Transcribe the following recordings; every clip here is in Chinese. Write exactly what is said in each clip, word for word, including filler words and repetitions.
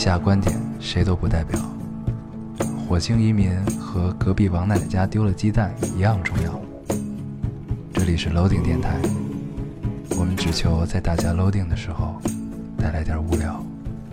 下观点谁都不代表。火星移民和隔壁王奶奶家丢了鸡蛋一样重要。这里是 Loading 电台，我们只求在大家 Loading 的时候带来点无聊。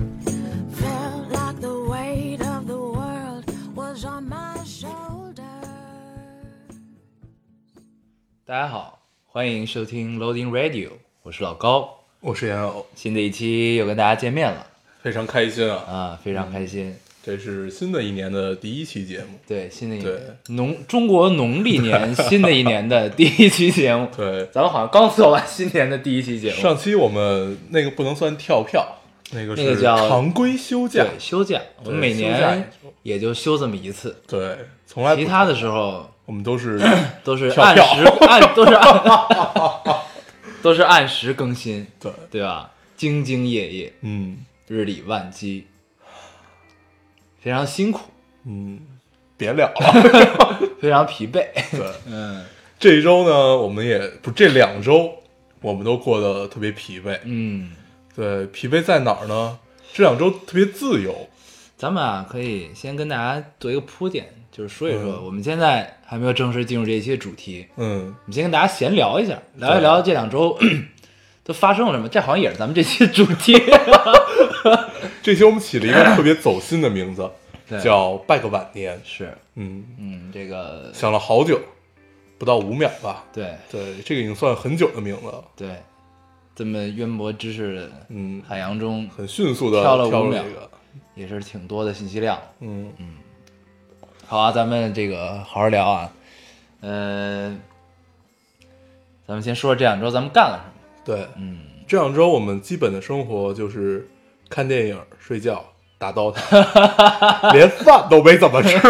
大家好，欢迎收听 Loading Radio， 我是老高， 我是严偶。 新的一期又跟大家见面了， 非常开心啊！ 啊，非常开心。嗯， 这是新的一年的第一期节目， 对，新的一年农中国农历年新的一年的第一期节目。 对， 咱们好像刚做完新年的第一期节目。 上期我们那个不能算跳票，那个是那个叫常规休假， 对，休假。我们每年也就休这么一次， 对，从来其他的时候我们都是都是按时按都是按都是按时更新， 对对吧？兢兢业业， 嗯， 日理万机。非常辛苦， 嗯，别聊了， 非常疲惫。 对， 嗯， 这一周呢，我们也不，这两周我们都过得特别疲惫。 嗯， 对，疲惫在哪儿呢？这两周特别自由。 咱们啊，可以先跟大家做一个铺垫，就是说一说，嗯、我们现在还没有正式进入这一期的主题。 嗯， 我们先跟大家闲聊一下，聊一聊这两周都发生了什么。这好像也是咱们这期的主题。 这期我们起了一个特别走心的名字，叫拜个晚年。 是， 嗯嗯，这个想了好久，不到五秒吧。 对对，这个已经算很久的名字了。 对，这么渊博知识的嗯海洋中， 很迅速的跳了五秒， 这个也是挺多的信息量。 嗯嗯，好啊，咱们这个好好聊啊。呃，咱们先说说这两周咱们干了什么。 对， 嗯， 这两周我们基本的生活就是看电影、睡觉、打刀塔，连饭都没怎么吃。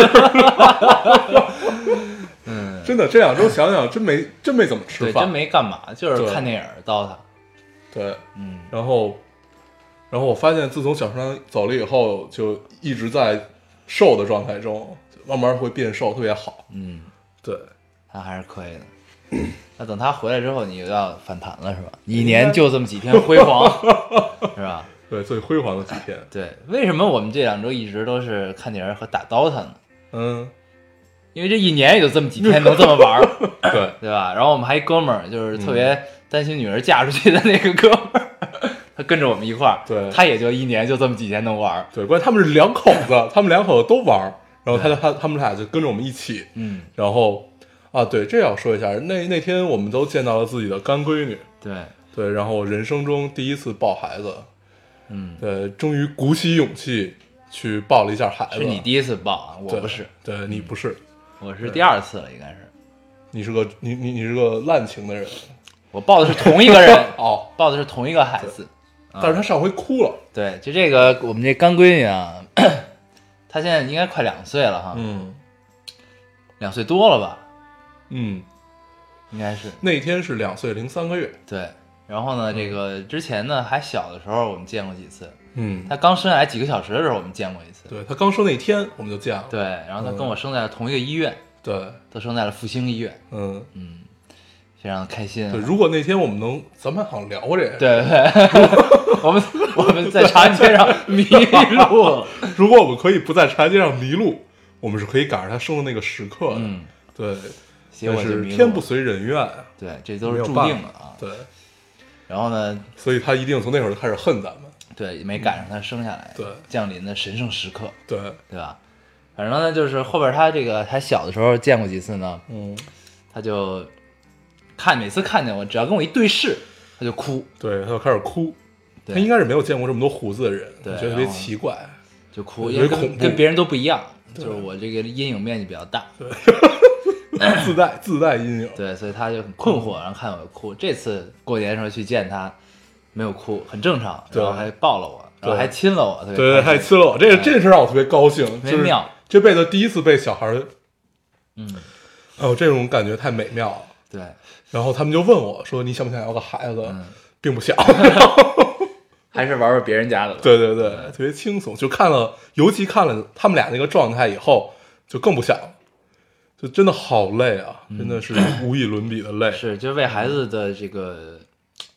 嗯， 真的，这两周想想真没真没怎么吃饭， 对，真没干嘛，就是看电影、刀塔。 对， 嗯， 然后，然后我发现自从小川走了以后，就一直在瘦的状态中，慢慢会变瘦，特别好。 嗯， 对， 他还是可以的。那等他回来之后，你又要反弹了，是吧？一年就这么几天辉煌，是吧？ 对，最辉煌的几天。 对，为什么我们这两周一直都是看电影和打刀塔呢？ 嗯， 因为这一年也就这么几天能这么玩儿， 对对吧？然后我们还一哥们儿，就是特别担心女儿嫁出去的那个哥们儿，嗯、他跟着我们一块儿， 对， 他也就一年就这么几天能玩儿。 对，关键他们是两口子，他们两口子都玩儿，然后他他他们俩就跟着我们一起， 嗯， 然后。啊，对，这要说一下，那那天我们都见到了自己的干闺女， 对对，然后我人生中第一次抱孩子， 嗯， 对，终于鼓起勇气去抱了一下孩子。 是你第一次抱啊，我不是， 对，对你不是， 我是第二次了，应该是。 你是个你你你是个滥情的人， 我抱的是同一个人哦， 抱的是同一个孩子， 但是他上回哭了。 对，就这个我们这干闺女啊，她现在应该快两岁了哈， 嗯， 两岁多了吧。 嗯， 应该是那天是两岁零三个月。 对，然后呢，这个之前呢还小的时候我们见过几次。 嗯， 他刚生下来几个小时的时候我们见过一次。 对，他刚生那天我们就见了。 对，然后他跟我生在了同一个医院。 对， 都生在了复兴医院。 嗯嗯，非常开心、啊。 对，如果那天我们能，咱们好像聊过这个。 对对，我们我们在长安街上迷路。 如果我们可以不在长安街上迷路，我们是可以赶上他生的那个时刻的。嗯，对。但是天不随人愿， 对，这都是注定的啊。 对， 然后呢， 所以他一定从那会儿就开始恨咱们。 对，没赶上他生下来， 对， 降临的神圣时刻， 对， 对吧？反正呢，就是后边他这个他小的时候见过几次呢， 嗯， 他就看每次看见我，只要跟我一对视，他就哭， 对，他就开始哭。他应该是没有见过这么多胡子的人， 对， 觉得特别奇怪， 就哭，因为跟跟别人都不一样，就是我这个阴影面积比较大。 对。自带自带阴影， 对，所以他就很困惑，然后看我哭。这次过年的时候去见他，没有哭，很正常，然后还抱了我，然后还亲了我， 对对，还亲了我。这这事让我特别高兴， 特别妙， 这辈子第一次被小孩， 嗯， 哦，这种感觉太美妙了。 对， 然后他们就问我说：“你想不想要个孩子？” 嗯、 并不想， 还是玩玩别人家的。 对对对，特别轻松。就看了，尤其看了他们俩那个状态以后，就更不想了。就真的好累啊，真的是无以伦比的累。 是，就为孩子的这个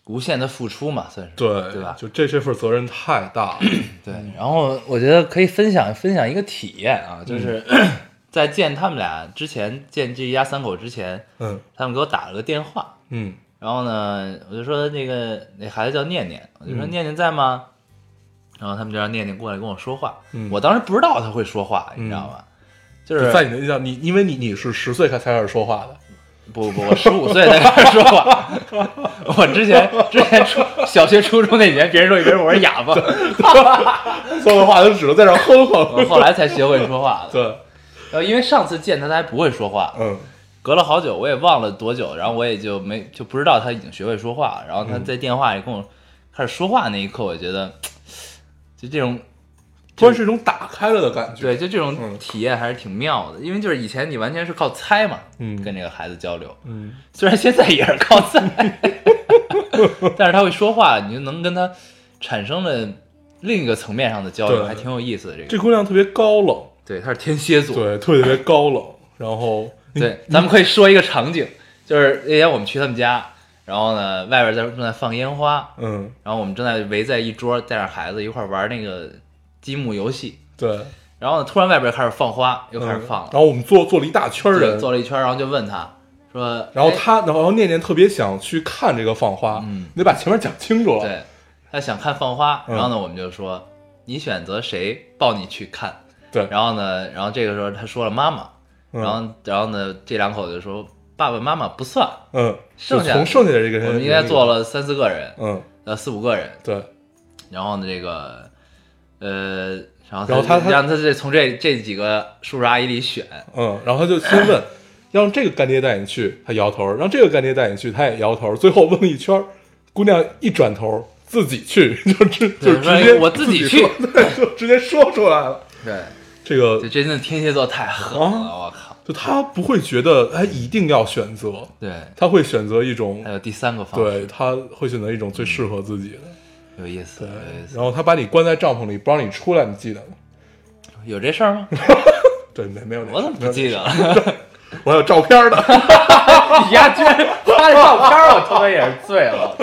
无限的付出嘛，算是对对吧？ 就这这份责任太大了。 对，然后我觉得可以分享分享一个体验啊，就是、嗯、在见他们俩之前，见这一家三口之前， 嗯， 他们给我打了个电话， 嗯， 然后呢，我就说那个那孩子叫念念，我就说念念在吗？嗯、然后他们就让念念过来跟我说话， 嗯， 我当时不知道他会说话，你知道吧？就是就在你的印象，你因为你你是十岁才开始说话的。 不不，我十五岁才开始说话。我之前之前初小学、初中那年，别人说以为我是哑巴， 说的话都只能在这哼哼。 我后来才学会说话的。 对， 然后因为上次见他，他还不会说话， 嗯， 隔了好久，我也忘了多久，然后我也就没就不知道他已经学会说话。然后他在电话里跟我开始说话那一刻，我觉得就这种。 突然是一种打开了的感觉， 对，就这种体验还是挺妙的，嗯、因为就是以前你完全是靠猜嘛， 嗯， 跟这个孩子交流， 嗯， 虽然现在也是靠猜，但是他会说话，你就能跟他产生了另一个层面上的交流，还挺有意思的。这个这姑娘特别高冷， 对，她是天蝎座， 对，特别特别高冷。然后， 对，咱们可以说一个场景，就是那天我们去他们家，然后呢，外边在正在放烟花， 嗯， 然后我们正在围在一桌，带着孩子一块玩那个。积木游戏， 对， 然后呢，突然外边开始放花，又开始放了， 嗯、然后我们坐坐了一大圈人， 坐了一圈，然后就问他说， 然后他，然后念念特别想去看这个放花， 嗯， 你得把前面讲清楚了， 对，他想看放花，然后呢，我们就说你选择谁抱你去看， 对， 然后呢，然后这个时候他说了妈妈，然后然后呢，这两口子说爸爸妈妈不算， 嗯， 剩下从剩下的这个人， 我们应该坐了三四个人， 嗯， 呃，四五个人， 对， 然后呢，这个。呃，然后然后他让他这从这这几个叔叔阿姨里选， 嗯，然后他就先问，让这个干爹带你去，他摇头；让这个干爹带你去，他也摇头。最后问了一圈，姑娘一转头自己去，就直就直接我自己去， 对，就直接说出来了。 对， 这个这真的天蝎座太狠了，啊、我靠！ 就他不会觉得他一定要选择， 对， 他会选择一种， 还有第三个方式， 对，他会选择一种最适合自己的。嗯有意思， 对， 有意思。 然后他把你关在帐篷里，不让你出来，你记得吗？ 有这事儿吗？ 对，没没有。 我怎么不记得了？ 我还有照片的。 你丫居然发这照片，我他妈也是醉了。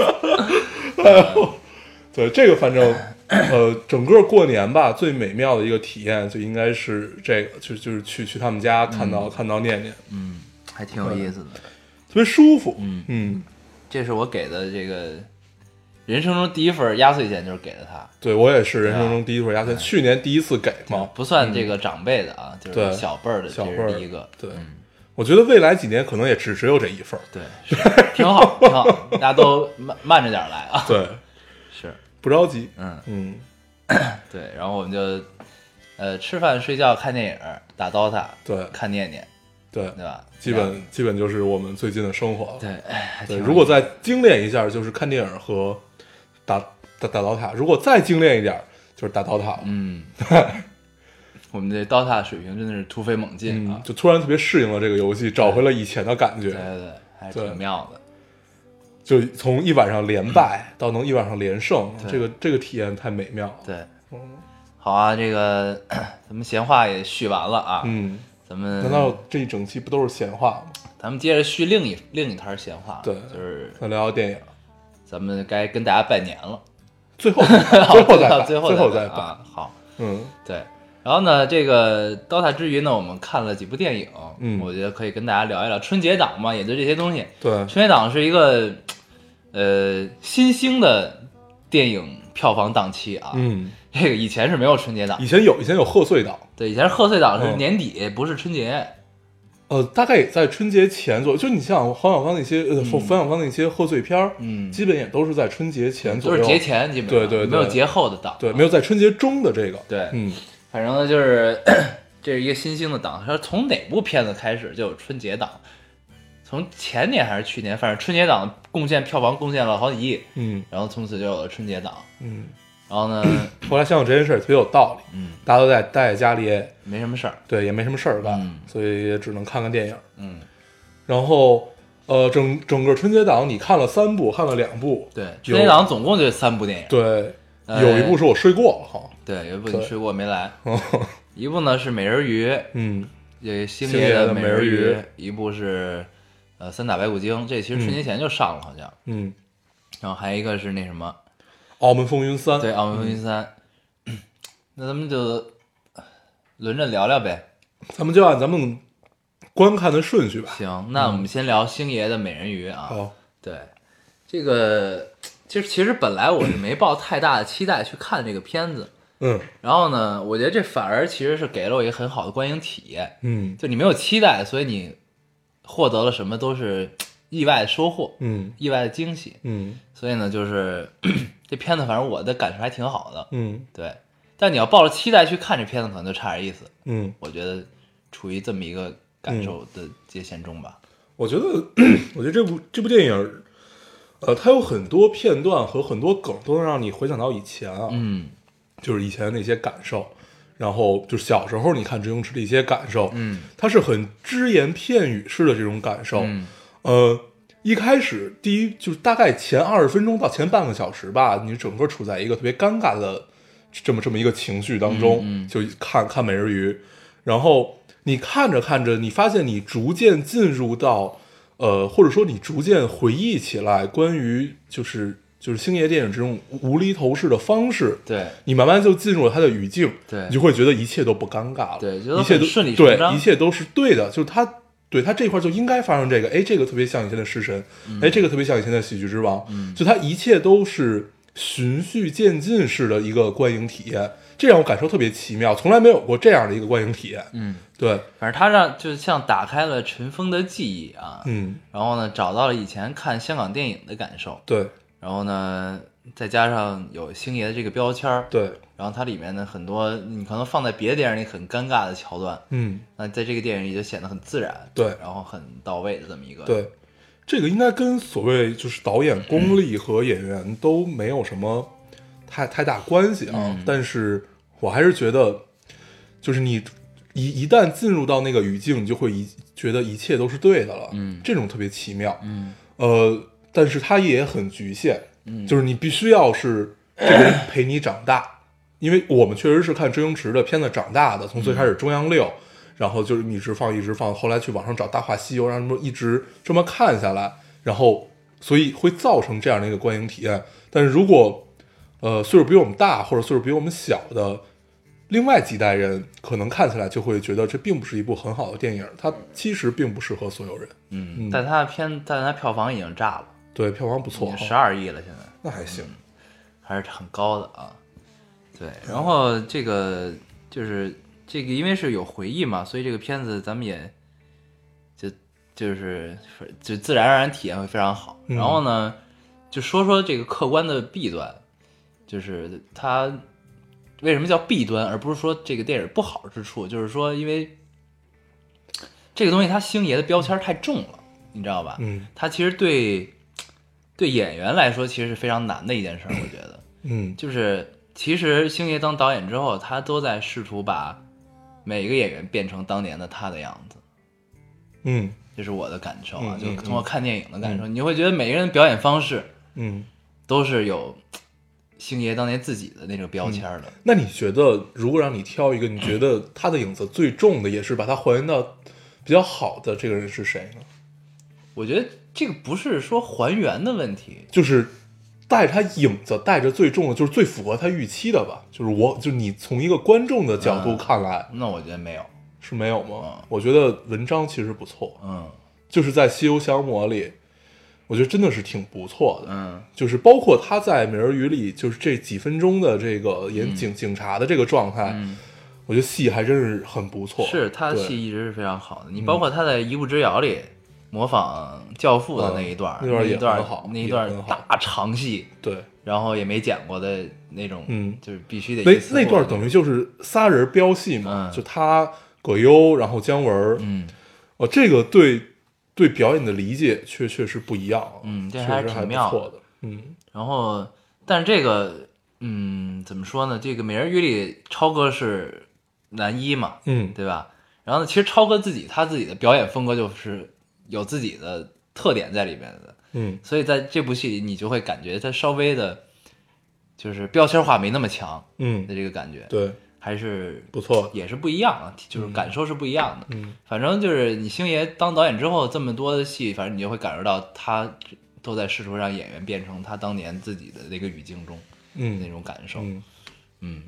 对，这个反正呃，整个过年吧，最美妙的一个体验就应该是这个，就就是去去他们家看到、嗯、看到念念， 嗯，还挺有意思的， 特别舒服。 嗯嗯， 这是我给的这个。人生中第一份压岁钱就是给了他， 对我也是人生中第一份压岁钱， 啊、 去年第一次给嘛， 不算这个长辈的啊，嗯、就是小辈儿的， 小辈儿第一个。 对、 嗯， 我觉得未来几年可能也只只有这一份。 对，是挺好，挺好，大家都慢慢着点来啊。 对， 是不着急。 嗯嗯， 对，然后我们就呃吃饭、睡觉、看电影、打 D O T A， 对， 看念念， 对对吧？ 基本基本就是我们最近的生活了。 对， 对，如果再精炼一下，就是看电影和打。打打刀塔，如果再精炼一点，就是打刀塔了。 嗯，我们这刀塔水平真的是突飞猛进啊！ 嗯、就突然特别适应了这个游戏，找回了以前的感觉。 对对对，还挺妙的。 就从一晚上连败到能一晚上连胜，这个这个体验太美妙了。 对， 嗯， 好啊，这个咱们闲话也续完了啊。 嗯， 咱们难道这一整期不都是闲话吗？ 咱们接着续另一另一摊闲话。 对， 就是咱聊聊电影。 咱们该跟大家拜年了。 最后，最后再最后最后再办啊！好， 嗯， 对。然后呢，这个《刀塔》之余呢，我们看了几部电影， 嗯， 我觉得可以跟大家聊一聊。春节档嘛，也就这些东西。 对， 春节档是一个呃新兴的电影票房档期啊。 嗯， 这个以前是没有春节档， 以前有，以前有贺岁档。 对，以前是贺岁档是年底，嗯、不是春节。 呃，大概也在春节前左右，就你像黄晓芳那些，呃，冯小刚那些贺岁片，嗯，基本也都是在春节前左右， 都是节前，基本上对对， 没有节后的档， 对，没有在春节中的这个， 对， 嗯， 反正呢就是这是一个新兴的档，它从哪部片子开始就有春节档？从前年还是去年，反正春节档贡献票房贡献了好几亿，嗯，然后从此就有了春节档，嗯。然后呢， 后来想想这件事儿特别有道理，嗯，大家都在待在家里，也没什么事儿， 对，也没什么事儿干， 嗯， 所以也只能看看电影， 嗯， 然后呃，整整个春节档你看了三部，看了两部， 对，春节档总共就三部电影， 对，有一部是我睡过了哈， 对，有一部你睡过没来，一部呢是美人鱼， 嗯， 这星爷的美人鱼， 一部是呃三打白骨精，这其实春节前就上了好像， 嗯。 然后还有一个是那什么 《澳门风云三》， 对，《澳门风云三》嗯。那咱们就轮着聊聊呗， 咱们就按咱们观看的顺序吧。 行，那我们先聊星爷的美人鱼啊。 好， 对，这个其实其实本来我是没抱太大的期待去看这个片子， 嗯然后呢，我觉得这反而其实是给了我一个很好的观影体验。 嗯就你没有期待，所以你获得了什么都是意外的收获， 嗯意外的惊喜。 嗯所以呢，就是这片子反正我的感受还挺好的。 嗯对，但你要抱着期待去看这片子，可能就差点意思。 嗯， 我觉得处于这么一个感受的界限中吧。 我觉得，我觉得这部这部电影，呃，它有很多片段和很多梗都能让你回想到以前啊， 嗯就是以前的那些感受，然后就小时候你看周星驰的一些感受， 嗯， 它是很只言片语式的这种感受， 嗯呃，一开始第一就是大概前二十分钟到前半个小时吧，你整个处在一个特别尴尬的这么这么一个情绪当中， 嗯嗯就看看美人鱼，然后你看着看着，你发现你逐渐进入到，呃，或者说你逐渐回忆起来关于就是就是星爷电影这种无厘头式的方式， 对你慢慢就进入了他的语境， 对你就会觉得一切都不尴尬了， 对觉得一切都很顺理成对， 章一切都是对的，就是他对他这块就应该发生这个，哎，这个特别像以前的食神， 嗯哎，这个特别像以前的喜剧之王，就他一切都是循序渐进式的一个观影体验，这让我感受特别奇妙，从来没有过这样的一个观影体验。 嗯， 对， 反正他让就像打开了尘封的记忆啊， 嗯， 然后呢找到了以前看香港电影的感受， 对然后呢再加上有星爷的这个标签儿， 对， 然后它里面的很多你可能放在别的电影里很尴尬的桥段， 嗯， 那在这个电影里就显得很自然， 对然后很到位的这么一个， 对，这个应该跟所谓就是导演功力和演员都没有什么太太大关系啊， 嗯但是我还是觉得，就是你一一旦进入到那个语境，你就会一觉得一切都是对的了， 嗯这种特别奇妙， 嗯呃，但是它也很局限， 嗯就是你必须要是这个人陪你长大，因为我们确实是看周星驰的片子长大的，从最开始中央六，然后就是一直放一直放，后来去网上找《大话西游》，让他们一直这么看下来，然后所以会造成这样的一个观影体验。但是如果呃岁数比我们大或者岁数比我们小的另外几代人，可能看起来就会觉得这并不是一部很好的电影，它其实并不适合所有人。 嗯， 嗯但它的片但它票房已经炸了， 对，票房不错， 十二亿了，现在那还行。 还是很高的啊。对，然后这个就是这个，因为是有回忆嘛，所以这个片子咱们也就就是就自然而然体验会非常好。 嗯然后呢，就说说这个客观的弊端，就是它为什么叫弊端，而不是说这个电影不好之处，就是说因为这个东西它星爷的标签太重了，你知道吧？ 嗯它其实对对演员来说其实是非常难的一件事，我觉得。 嗯就是其实星爷当导演之后，他都在试图把每一个演员变成当年的他的样子， 嗯这是我的感受啊。 嗯嗯就通过看电影的感受，你会觉得每个人的表演方式嗯。 都是有星爷当年自己的那个标签的。 那你觉得，如果让你挑一个，你觉得他的影子最重的，也是把他还原到比较好的这个人是谁呢？ 我觉得这个不是说还原的问题， 就是带着他影子带着最重的，就是最符合他预期的吧？就是我，就是你从一个观众的角度看来， 那我觉得没有。 是没有吗？ 嗯我觉得文章其实不错， 嗯就是在《西游降魔》里，我觉得真的是挺不错的。 嗯就是包括他在《美人鱼》里，就是这几分钟的这个演警、警察的这个状态， 嗯， 我觉得戏还真是很不错。 是他的对戏一直是非常好的。你包括他在《一步之遥》里模仿教父的那一段， 嗯那段也一段很好那一段也很好大长戏， 对， 然后也没剪过的那种， 嗯就是必须得那一次过那段等于就是仨人飙戏嘛， 嗯就他葛优，然后姜文， 嗯哦，这个对对表演的理解确确实不一样， 嗯，这还是确实还挺妙的。 不错的，嗯然后，但是这个，嗯，怎么说呢？这个美人鱼里超哥是男一嘛， 嗯对吧？然后呢，其实超哥自己他自己的表演风格就是有自己的特点在里面的， 嗯所以在这部戏里，你就会感觉他稍微的，就是标签化没那么强的嗯， 这个感觉， 对， 还是不错， 也是不一样啊，就是感受是不一样的。 嗯反正就是你星爷当导演之后，这么多的戏，反正你就会感受到他都在试图让演员变成他当年自己的那个语境中， 嗯， 那种感受， 嗯嗯，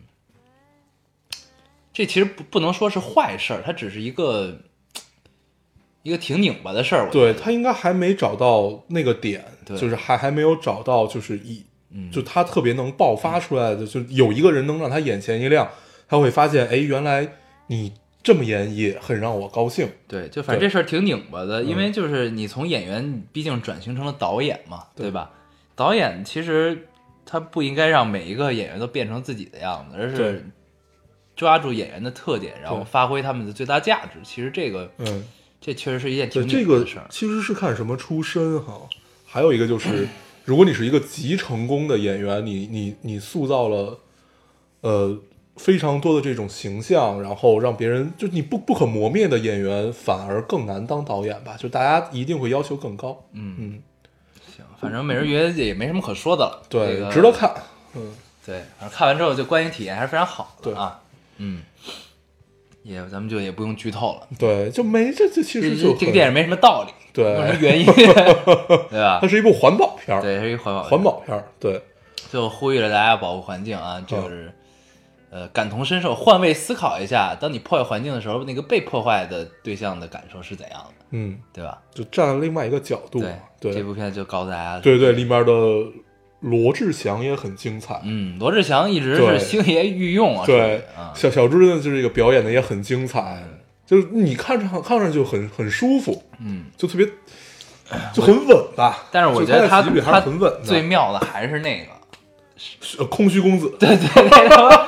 这其实不不能说是坏事儿，它只是一个一个挺拧巴的事儿。 对，他应该还没找到那个点，就是还还没有找到，就是一，嗯、就他特别能爆发出来的，嗯、就有一个人能让他眼前一亮，他会发现，哎，原来你这么演也很让我高兴。 对，就反正这事儿挺拧巴的，因为就是你从演员毕竟转型成了导演嘛，对, 对吧？导演其实他不应该让每一个演员都变成自己的样子，而是抓住演员的特点，然后发挥他们的最大价值。其实这个，嗯，这确实是一件挺拧巴的事儿。 这个其实是看什么出身哈。还有一个就是，如果你是一个极成功的演员，你你你塑造了，呃。非常多的这种形象，然后让别人就你不不可磨灭的演员，反而更难当导演吧？就大家一定会要求更高。 嗯嗯，行，反正美人鱼也没什么可说的了， 对， 这个、 值得看。嗯， 对，反正看完之后就观影体验还是非常好的啊。 对， 嗯，也咱们就也不用剧透了。 对，就没这这其实就这个电影没什么道理， 对， 没什么原因，对吧？ 它是一部环保片， 对，是一个环保环保片，对， 就呼吁了大家保护环境啊，就是。嗯呃，感同身受，换位思考一下，当你破坏环境的时候，那个被破坏的对象的感受是怎样的？ 嗯， 对吧？ 就站另外一个角度。 对， 对这部片就告诉大家， 对对，里面的罗志祥也很精彩。 嗯，罗志祥一直是星爷御用啊。 对， 啊、 小小猪的就这个表演的也很精彩，嗯、就是你看上看上去很很舒服， 嗯， 就特别就很稳吧。 但是我觉得他他很稳， 最妙的还是那个。 空虚公子， 对对对，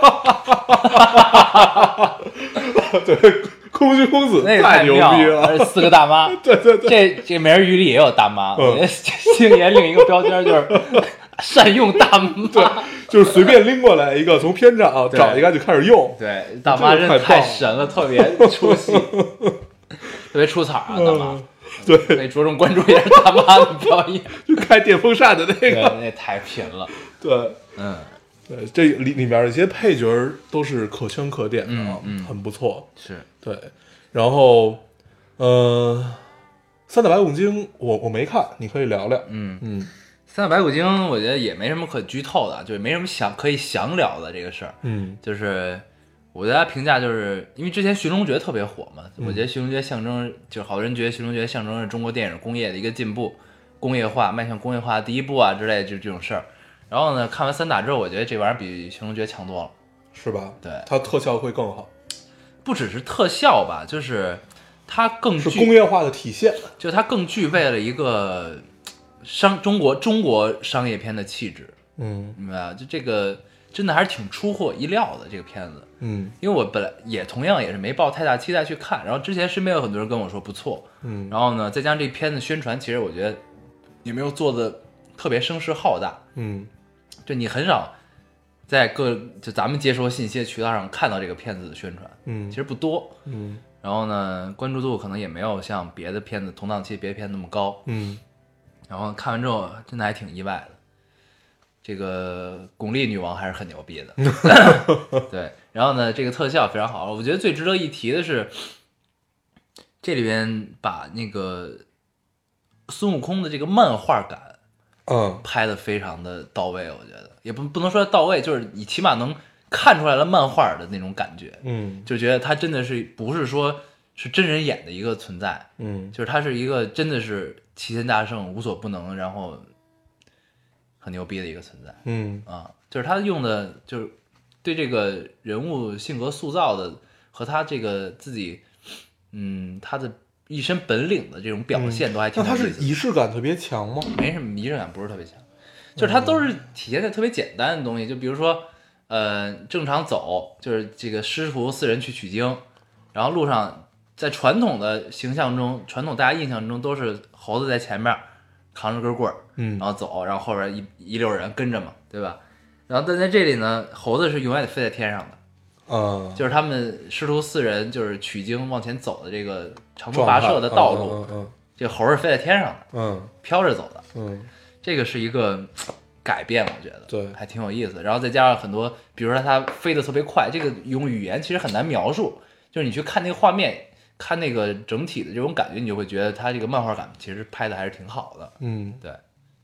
对，空虚公子那个太牛逼了， 而且四个大妈， 对对对， 这这美人鱼里也有大妈，我觉得星爷另一个标签就是善用大妈， 对，就是随便拎过来一个，从片场找一个就开始用， 对，大妈真的太神了，特别出戏，特别出彩啊，大妈。 对， 得着重关注一下大妈的表演， 就开电风扇的那个， 那太拼了。 对， 嗯， 对，这里里面一些配角都是可圈可点的， 嗯嗯， 很不错。 是对，然后，呃，三打白骨精我我没看，你可以聊聊。 嗯嗯， 三打白骨精我觉得也没什么可剧透的，就是没什么想可以详聊的这个事儿。 嗯， 就是我对他评价就是因为之前《寻龙诀》特别火嘛， 嗯、 我觉得《寻龙诀》象征，就是好多人觉得《寻龙诀》象征是中国电影工业的一个进步，工业化迈向工业化的第一步啊之类的，就这种事儿。然后呢，看完三打之后，我觉得这玩意儿比《寻龙诀》强多了， 是吧？ 对， 它特效会更好， 不只是特效吧，就是它更是工业化的体现， 就它更具备了一个商中国中国商业片的气质。 嗯， 明白吧？就这个。真的还是挺出乎意料的这个片子， 嗯， 因为我本来也同样也是没抱太大期待去看，然后之前身边有很多人跟我说不错， 嗯， 然后呢，再加上这片子宣传，其实我觉得也没有做的特别声势浩大， 嗯， 就你很少在各就咱们接收信息的渠道上看到这个片子的宣传， 嗯， 其实不多， 嗯， 然后呢，关注度可能也没有像别的片子同档期别的片子那么高， 嗯， 然后看完之后真的还挺意外的。这个巩俐女王还是很牛逼的，对。然后呢，这个特效非常好，我觉得最值得一提的是，这里边把那个孙悟空的这个漫画感， 嗯， 拍的非常的到位，我觉得也不不能说到位，就是你起码能看出来了漫画的那种感觉， 嗯， 就觉得他真的是不是说是真人演的一个存在， 嗯， 就是他是一个真的是齐天大圣，无所不能，然后。很牛逼的一个存在， 嗯啊，就是他用的，就是对这个人物性格塑造的和他这个自己，嗯，他的一身本领的这种表现都还挺有意思的。 那他是仪式感特别强吗？ 没什么仪式感，不是特别强，就是他都是体现在特别简单的东西，就比如说，呃，正常走，就是这个师徒四人去取经，然后路上在传统的形象中，传统大家印象中都是猴子在前面。扛着根棍儿， 嗯， 然后走，然后后边一一溜人跟着嘛，对吧？然后但在这里呢，猴子是永远得飞在天上的， 嗯， 就是他们师徒四人就是取经往前走的这个长途跋涉的道路， 嗯嗯， 这猴是飞在天上的， 嗯， 飘着走的， 嗯， 这个是一个改变，我觉得对， 还挺有意思。然后再加上很多，比如说它飞得特别快，这个用语言其实很难描述，就是你去看那个画面。看那个整体的这种感觉，你就会觉得他这个漫画感其实拍的还是挺好的。 嗯， 对，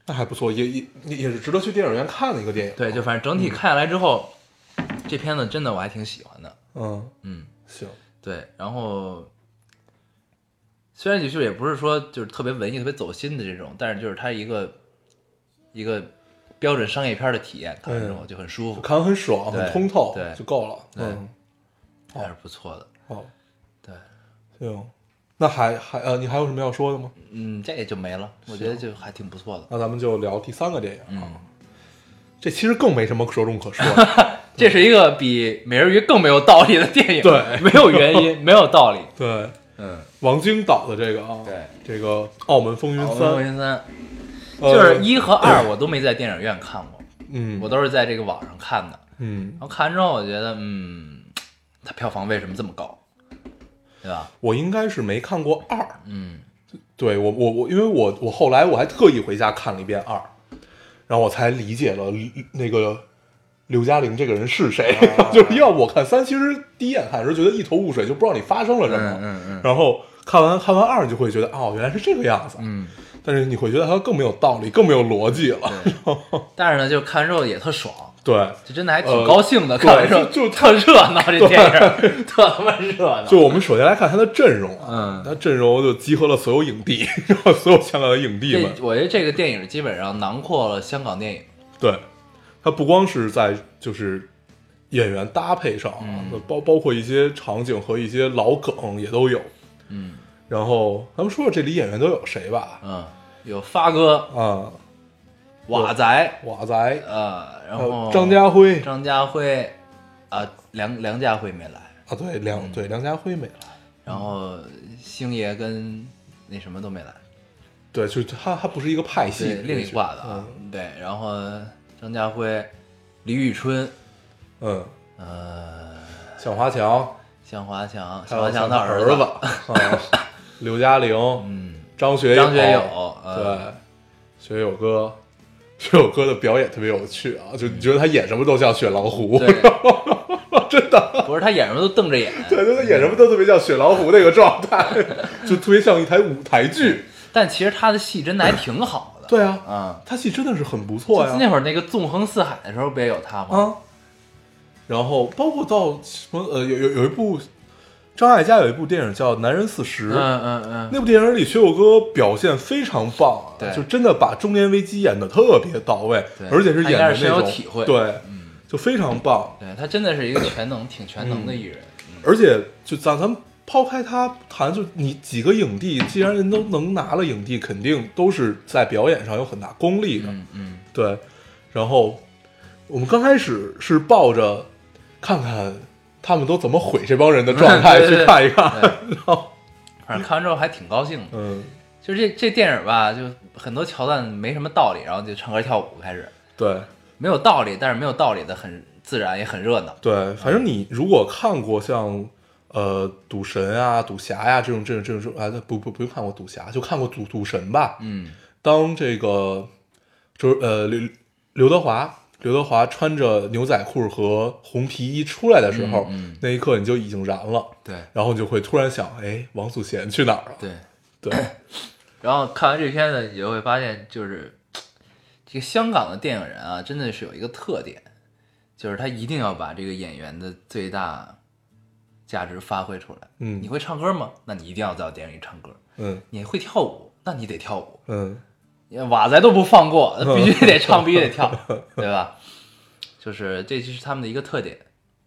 那还不错，也也也是值得去电影院看的一个电影。 对，就反正整体看下来之后，嗯、这片子真的我还挺喜欢的。 嗯嗯， 行。 对，然后虽然就是也不是说就是特别文艺、特别走心的这种，但是就是它一个一个标准商业片的体验，看完之后就很舒服， 看完很爽，很通透， 对， 就够了。 对， 嗯， 还是不错的。 哦， 对， 行。那还还呃，你还有什么要说的吗？ 嗯，这也就没了，我觉得就还挺不错的。 那咱们就聊第三个电影啊， 嗯、 这其实更没什么说中可说的。 这是一个比美人鱼更没有道理的电影， 对， 没有原因，没有道理。 对， 嗯， 王晶导的这个啊， 对， 这个《澳门风云三》， 澳门风云三，就是一和二我都没在电影院看过， 嗯， 我都是在这个网上看的， 嗯， 然后看完之后我觉得，嗯，它票房为什么这么高？对吧？ 我应该是没看过二， 嗯， 对我我我，因为我我后来我还特意回家看了一遍二，然后我才理解了那个刘嘉玲这个人是谁。啊、就是要我看三，其实第一眼看的时候觉得一头雾水，就不知道你发生了什么。 嗯嗯嗯。 然后看完看完二，你就会觉得哦，原来是这个样子。 嗯。 但是你会觉得它更没有道理，更没有逻辑了。 但是呢，就看之后也特爽。 对， 就真的还挺高兴的， 呃、 看完之后就特热闹，这电影特他妈热闹。 就我们首先来看他的阵容， 嗯， 他阵容就集合了所有影帝，然后所有香港的影帝们。 我觉得这个电影基本上囊括了香港电影。 对，他不光是在就是演员搭配上， 嗯、 包包括一些场景和一些老梗也都有。 嗯， 然后咱们说说这里演员都有谁吧。 嗯，有发哥啊。 瓦仔， 瓦仔， 呃，然后张家辉， 张家辉，啊，梁梁家辉没来啊，对梁、嗯、对梁家辉没来， 然后星爷跟那什么都没来， 对，就他他不是一个派系， 另一挂的啊，嗯、对，然后张家辉、李宇春， 嗯呃， 向华强， 向华强，向华强的儿子， 啊、刘嘉玲， 嗯， 张学友， 张学友， 呃、对，学友哥。学友哥的表演特别有趣啊，就你觉得他演什么都像雪老虎，真的不是他演什么都瞪着眼， 对，对他演什么都特别像雪老虎那个状态，就特别像一台舞台剧。 但其实他的戏真的还挺好的， 对啊， 嗯， 他戏真的是很不错呀。 那会儿那个纵横四海的时候不也有他吗？ 啊，然后包括到什么呃，有有有一部。张艾嘉有一部电影叫《男人四十》， 嗯嗯嗯， 那部电影里学友哥表现非常棒， 对， 就真的把中年危机演得特别到位，而且是演的那种， 体会， 对，嗯，就非常棒。 对他真的是一个全能、挺全能的艺人， 嗯嗯、而且就咱咱们抛开他谈，就你几个影帝，既然人都能拿了影帝，肯定都是在表演上有很大功力的， 嗯嗯， 对。然后我们刚开始是抱着看看。他们都怎么毁这帮人的状态去看一看，然后反正看完之后还挺高兴的。 嗯， 就是这这电影吧，就很多桥段没什么道理，然后就唱歌跳舞开始。 对， 没有道理，但是没有道理的很自然，也很热闹。 对，反正你如果看过像呃赌神啊、赌侠呀、啊、这种这种这种啊，不不不用看过赌侠，就看过赌赌神吧。 嗯， 当这个就是呃刘刘德华。刘德华穿着牛仔裤和红皮衣出来的时候， 嗯嗯、 那一刻你就已经燃了。 对， 然后你就会突然想，哎，王祖贤去哪儿了？ 对， 对。 然后看完这片子，你就会发现，就是这个香港的电影人啊，真的是有一个特点，就是他一定要把这个演员的最大价值发挥出来。 嗯， 你会唱歌吗？那你一定要在电影里唱歌。 嗯， 你会跳舞，那你得跳舞。 嗯。 瓦仔都不放过，必须得唱，必须得跳，对吧？就是这就是他们的一个特点。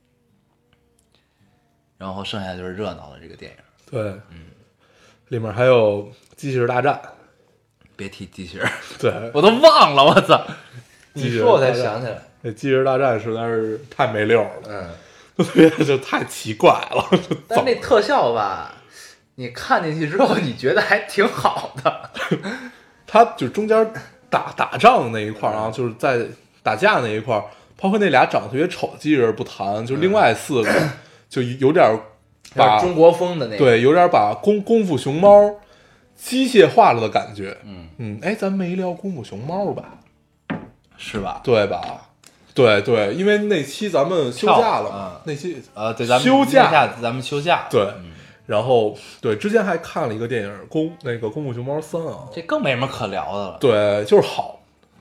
然后剩下就是热闹的这个电影。 对，嗯，里面还有机器人大战。 别提机器人， 对我都忘了，我操！你说我才想起来， 那机器人大战实在是太没溜了， 嗯， 就就太奇怪了。 但那特效吧，你看进去之后，你觉得还挺好的。 他就中间打打仗那一块啊，就是在打架那一块，包括那俩长得特别丑的机器人不谈，就另外四个就有点把中国风的那个， 对，有点把功功夫熊猫机械化了的感觉。 嗯嗯，哎，咱没聊功夫熊猫吧？ 是吧？ 对吧？对对，因为那期咱们休假了嘛， 嗯、 那期呃，对，咱们休假， 咱们休假， 对。 嗯然后对，之前还看了一个电影《功那个功夫熊猫三》啊， 这更没什么可聊的了。 对，就是好，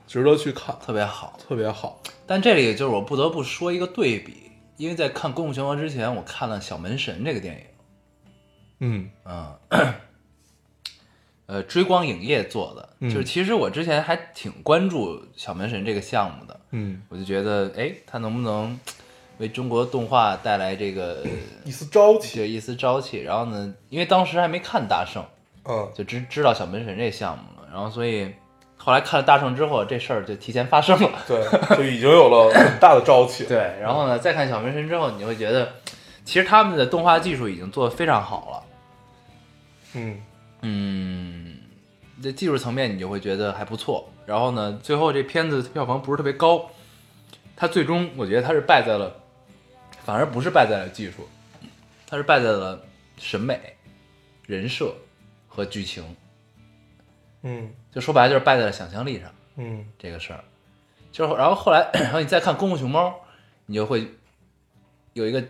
值得去看， 特别好， 特别好。 但这里就是我不得不说一个对比，因为在看《功夫熊猫》之前，我看了《小门神》这个电影。 嗯嗯，呃，追光影业做的， 嗯就是其实我之前还挺关注小门神这个项目的， 嗯， 我就觉得，哎，他能不能为中国动画带来这个一丝朝气。 就一丝朝气？然后呢，因为当时还没看大圣， 嗯， 就知知道小门神这项目了，然后所以后来看了大圣之后，这事儿就提前发生了。 对，就已经有了很大的朝气。 对，然后呢，再看小门神之后，你会觉得，其实他们的动画技术已经做得非常好了。 嗯嗯，这技术层面你就会觉得还不错。然后呢，最后这片子票房不是特别高，它最终我觉得它是败在了，反而不是败在了技术，它是败在了审美、人设和剧情。 嗯就说白了就是败在了想象力上嗯这个事儿。就是然后后来，然后你再看《功夫熊猫》，你就会有一个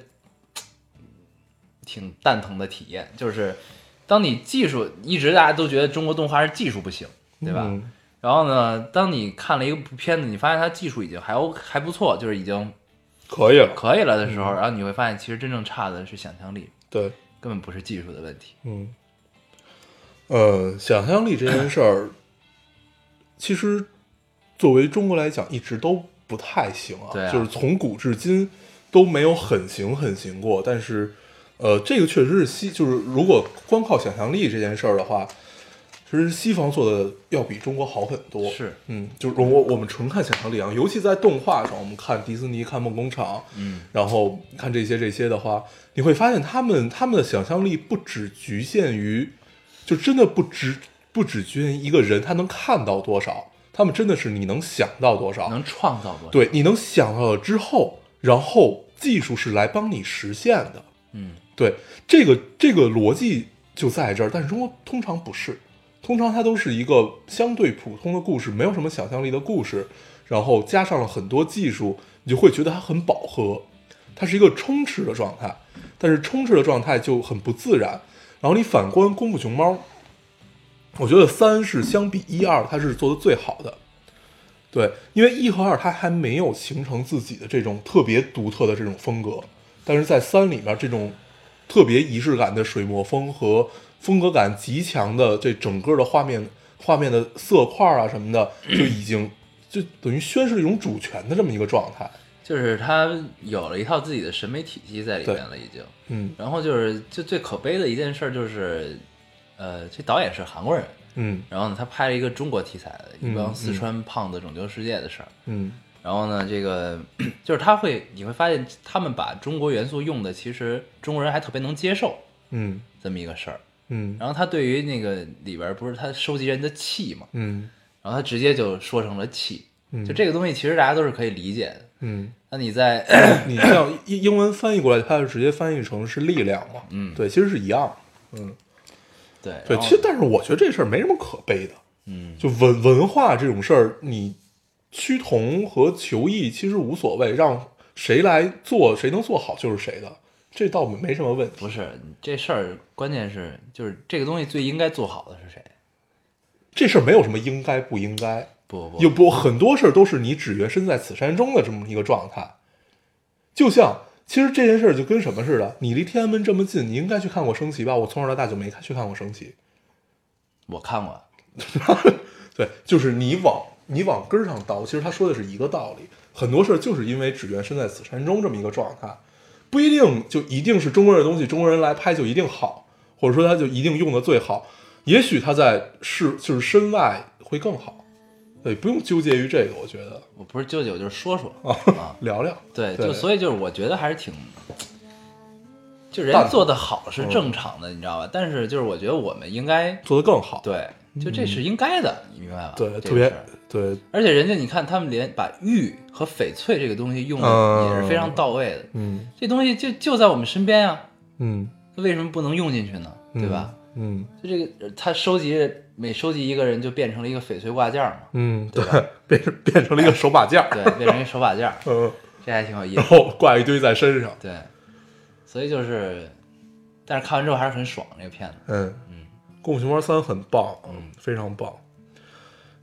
挺蛋疼的体验，就是当你技术一直大家都觉得中国动画是技术不行，对吧？ 嗯然后呢，当你看了一部片子，你发现它技术已经还 O 还不错，就是已经可以了。 可以了的时候，然后你会发现其实真正差的是想象力， 对， 根本不是技术的问题。 嗯，呃，想象力这件事儿，其实作为中国来讲，一直都不太行啊， 对啊就是从古至今都没有很行很行过。但是，呃，这个确实是西，就是如果光靠想象力这件事儿的话，其实西方做的要比中国好很多。 是， 嗯，就是我我们纯看想象力啊，尤其在动画上，我们看迪士尼、看梦工厂， 嗯， 然后看这些这些的话，你会发现他们他们的想象力不只局限于，就真的不只不只局限于一个人他能看到多少，他们真的是你能想到多少， 能创造多少？ 对，你能想到了之后，然后技术是来帮你实现的。 嗯， 对，这个这个逻辑就在这儿，但是中国通常不是，通常它都是一个相对普通的故事，没有什么想象力的故事，然后加上了很多技术，你就会觉得它很饱和，它是一个充斥的状态，但是充斥的状态就很不自然。然后你反观《功夫熊猫》，我觉得三是相比一二，它是做的最好的。对，因为一和二它还没有形成自己的这种特别独特的这种风格，但是在三里面这种特别仪式感的水墨风和风格感极强的这整个的画面画面的色块啊什么的，就已经就等于宣示了一种主权的这么一个状态。 就是他有了一套自己的审美体系在里面了，已经。 嗯然后就是就最可悲的一件事就是，呃，这导演是韩国人， 嗯然后呢，他拍了一个中国题材的一帮嗯四川胖子拯救世界的事儿。 嗯然后呢，这个就是他会，你会发现他们把中国元素用的，其实中国人还特别能接受嗯这么一个事儿。 嗯然后他对于那个里边不是他收集人的气嘛， 嗯然后他直接就说成了气， 嗯就这个东西其实大家都是可以理解的。 嗯， 那你在你像英英文翻译过来，它就直接翻译成是力量嘛。 嗯对，其实是一样。嗯， 对对， 然后其实但是我觉得这事儿没什么可悲的。 嗯， 就文文化这种事儿，你趋同和求异其实无所谓，让谁来做，谁能做好就是谁的，这倒没什么问题。 不是这事儿，关键是就是这个东西最应该做好的是谁？ 这事儿没有什么应该不应该， 不不有不很多事儿都是你只缘身在此山中的这么一个状态。就像其实这件事儿就跟什么似的，你离天安门这么近，你应该去看过升旗吧？我从小到大就没去看过升旗。 我看过， 对，就是你往你往根儿上倒，其实他说的是一个道理。很多事儿就是因为只缘身在此山中这么一个状态，不一定就一定是中国人的东西，中国人来拍就一定好，或者说他就一定用的最好。也许他在是就是身外会更好，对，不用纠结于这个。我觉得我不是纠结，我就是说说啊， 啊。 聊聊， 对， 对就所以就是我觉得还是挺，就人淡定做的好是正常的，你知道吧？但是就是我觉得我们应该做得更好。 对，就这是应该的，你明白吧？ 对， 这个特别事儿对， 而且人家你看，他们连把玉和翡翠这个东西用的嗯也是非常到位的。 嗯这东西就就在我们身边呀， 嗯， 为什么不能用进去呢？对吧？ 嗯就这个，呃他收集每收集一个人就变成了一个翡翠挂件嘛， 嗯， 对吧对，变成变成了一个手把件儿， 对，变成一个手把件儿， 嗯， 这还挺有意然思。 后挂一堆在身上， 对，所以就是，但是看完之后还是很爽这个片子。 嗯嗯，《功夫熊猫三》很棒，嗯，非常棒。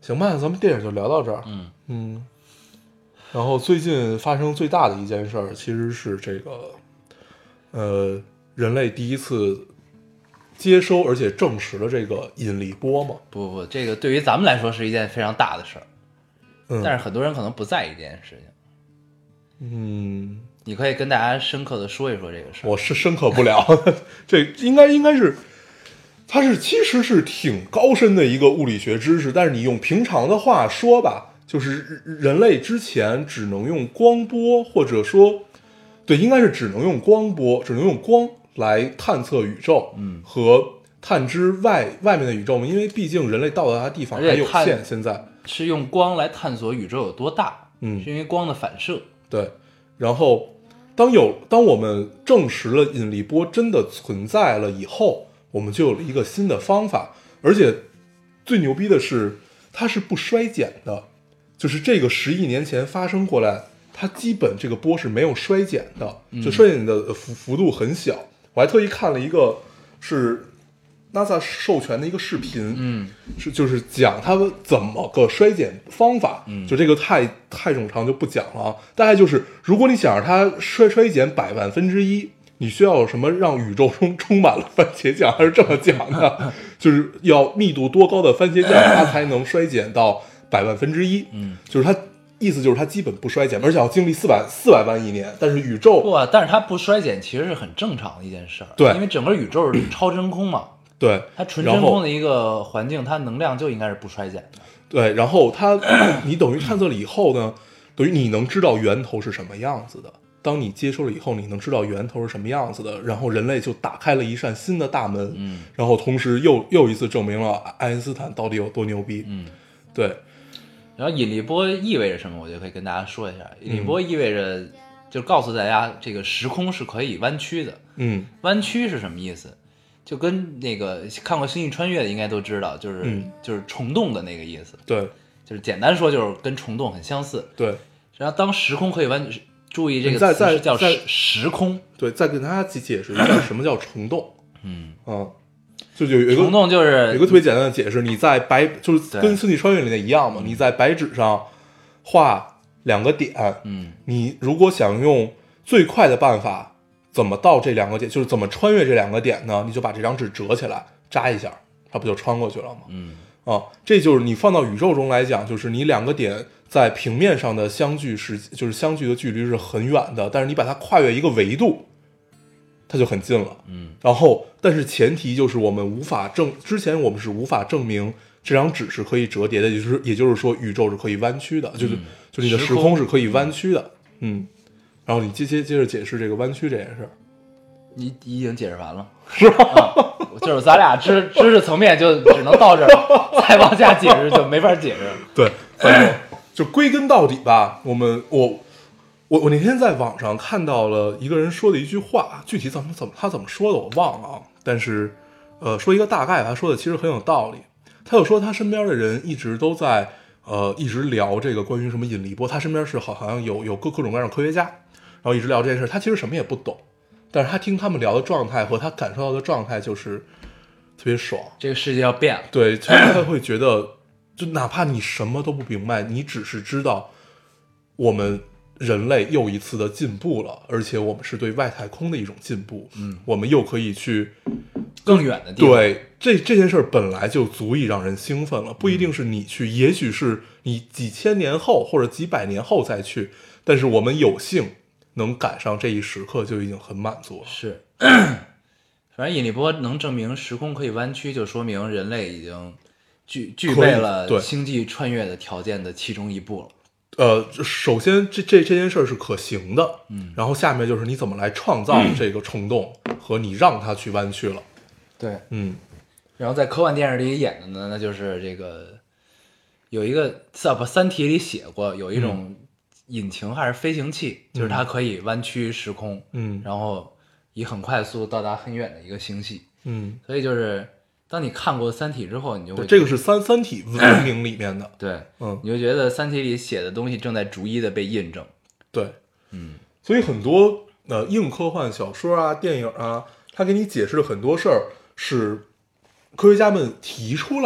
行吧，咱们电影就聊到这儿。 嗯嗯，然后最近发生最大的一件事儿，其实是这个，呃，人类第一次接收而且证实了这个引力波嘛。 不不，这个对于咱们来说是一件非常大的事儿， 嗯， 但是很多人可能不在意这件事情。 嗯， 你可以跟大家深刻的说一说这个事儿。 我是深刻不了，这应该应该是，它是其实是挺高深的一个物理学知识，但是你用平常的话说吧，就是人类之前只能用光波，或者说，对，应该是只能用光波，只能用光来探测宇宙， 嗯， 和探知外外面的宇宙嘛，因为毕竟人类到达的地方还有限，现在是用光来探索宇宙有多大， 嗯， 是因为光的反射。 对，然后当有当我们证实了引力波真的存在了以后，我们就有了一个新的方法，而且最牛逼的是它是不衰减的，就是这个十亿年前发生过来，它基本这个波是没有衰减的，就衰减的幅幅度很小。我还特意看了一个是 NASA 授权的一个视频， 嗯， 是就是讲他们怎么个衰减方法， 嗯， 就这个太太冗长就不讲了啊。大概就是如果你想让它衰衰减百万分之一，你需要什么让宇宙中充满了番茄酱，还是这么讲的？就是要密度多高的番茄酱，它才能衰减到百万分之一。 嗯， 就是它意思就是它基本不衰减，而且要经历四百四百万亿年。但是宇宙不啊，但是它不衰减其实是很正常的一件事儿， 对， 因为整个宇宙是超真空嘛。 对， 它纯真空的一个环境，它能量就应该是不衰减的。 对，然后它，你等于探测了以后呢，等于你能知道源头是什么样子的。当你接收了以后，你能知道源头是什么样子的，然后人类就打开了一扇新的大门。 嗯， 然后同时又又一次证明了爱因斯坦到底有多牛逼。 嗯， 对。 然后引力波意味着什么？我就可以跟大家说一下。引力波意味着，就告诉大家，这个时空是可以弯曲的。 嗯， 弯曲是什么意思？就跟那个看过《星际穿越》的应该都知道，就是、 嗯、 就是虫洞的那个意思。 对， 就是简单说就是跟虫洞很相似。 对。 然后当时空可以弯，注意这个词是叫时时空。 对，再跟大家解释一下什么叫虫洞。 嗯嗯，就有一个虫洞就是有一个特别简单的解释，你在白就是跟《星际穿越》里面一样嘛，你在白纸上画两个点， 嗯， 你如果想用最快的办法。怎么到这两个点，就是怎么穿越这两个点呢？你就把这张纸折起来，扎一下，它不就穿过去了吗？ 嗯， 啊，这就是你放到宇宙中来讲，就是你两个点在平面上的相距是，就是相距的距离是很远的，但是你把它跨越一个维度，它就很近了。 嗯， 然后，但是前提就是我们无法证，之前我们是无法证明这张纸是可以折叠的，也就是也就是说宇宙是可以弯曲的，就是、嗯、就你的时空是可以弯曲的。嗯。然后你接接接着解释这个弯曲这件事， 你已经解释完了，是吧？啊、就是咱俩知知识层面就只能到这儿，再往下解释就没法解释。 对，反正就归根到底吧。我们我我我那天在网上看到了一个人说的一句话，具体怎么怎么他怎么说的我忘了啊。但是呃，说一个大概，他说的其实很有道理。他就说他身边的人一直都在呃一直聊这个关于什么引力波，他身边是好好像有有各各种各样的科学家。然后一直聊这件事，他其实什么也不懂，但是他听他们聊的状态和他感受到的状态就是特别爽。 这个世界要变了， 对，他会觉得，就哪怕你什么都不明白，你只是知道我们人类又一次的进步了，而且我们是对外太空的一种进步。嗯，我们又可以去更远的地方。 对，这这件事本来就足以让人兴奋了，不一定是你去，也许是你几千年后或者几百年后再去，但是我们有幸能赶上这一时刻就已经很满足了。 是，反正引力波能证明时空可以弯曲，就说明人类已经具具备了星际穿越的条件的其中一步了。 呃，首先这这这件事是可行的，嗯，然后下面就是你怎么来创造这个虫洞，嗯、和你让它去弯曲了。 对， 嗯， 然后在科幻电视里演的呢，那就是这个有一个在不《三体》里写过，有一种。引擎还是飞行器，就是它可以弯曲时空， 嗯， 然后以很快速度到达很远的一个星系， 嗯， 所以就是当你看过《三体》之后，你就会这个是三《三体》文明里面的， 对， 嗯， 你就觉得《三体》里写的东西正在逐一的被印证， 对， 嗯， 所以很多呃硬科幻小说啊、电影啊，它给你解释的很多事儿是科学家们提出来了，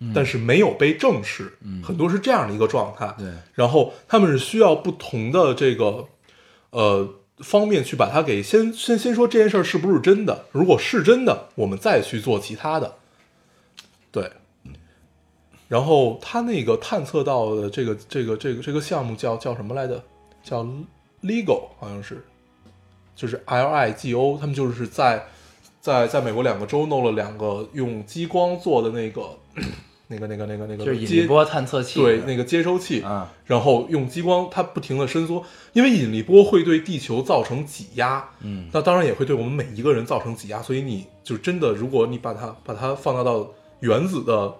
嗯但是没有被正视， 嗯很多是这样的一个状态。 对， 然后他们是需要不同的这个呃方面去把它给先先先说这件事儿是不是真的，如果是真的，我们再去做其他的。对。然后他那个探测到的这个这个这个这个项目叫叫什么来着？叫 LIGO， 好像是，就是 L I G O， 他们就是在在在美国两个州弄了两个用激光做的那个那个那个那个那个就是引力波探测器， 对，那个接收器啊， 然后用激光它不停的伸缩，因为引力波会对地球造成挤压， 嗯， 那当然也会对我们每一个人造成挤压，所以你就真的，如果你把它把它放大到原子的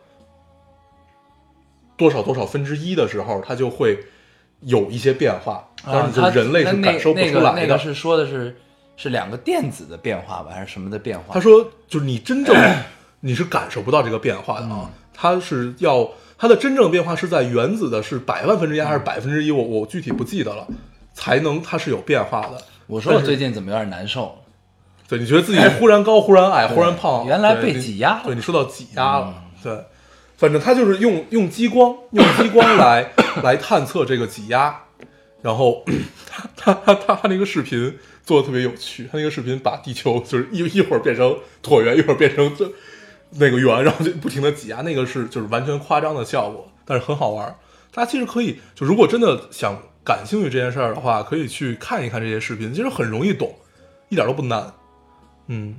多少多少分之一的时候，它就会有一些变化，当然你就人类是感受不出来的。 那个那个是说的是是两个电子的变化吧，还是什么的变化？ 他说，就是你真正你是感受不到这个变化的啊，它是要它的真正变化是在原子的是百万分之一还是百分之一，我我具体不记得了，才能它是有变化的。 我说我最近怎么有点难受？ 对，你觉得自己忽然高、忽然矮、忽然胖， 原来被挤压了。 对，你说到挤压了，对。反正他就是用用激光，用激光来来探测这个挤压，然后他他他他他那个视频做的特别有趣，他那个视频把地球就是一一会儿变成椭圆，一会儿变成这那个圆，然后就不停的挤压，那个是就是完全夸张的效果，但是很好玩。大家其实可以就如果真的想感兴趣这件事儿的话，可以去看一看这些视频，其实很容易懂，一点都不难。嗯，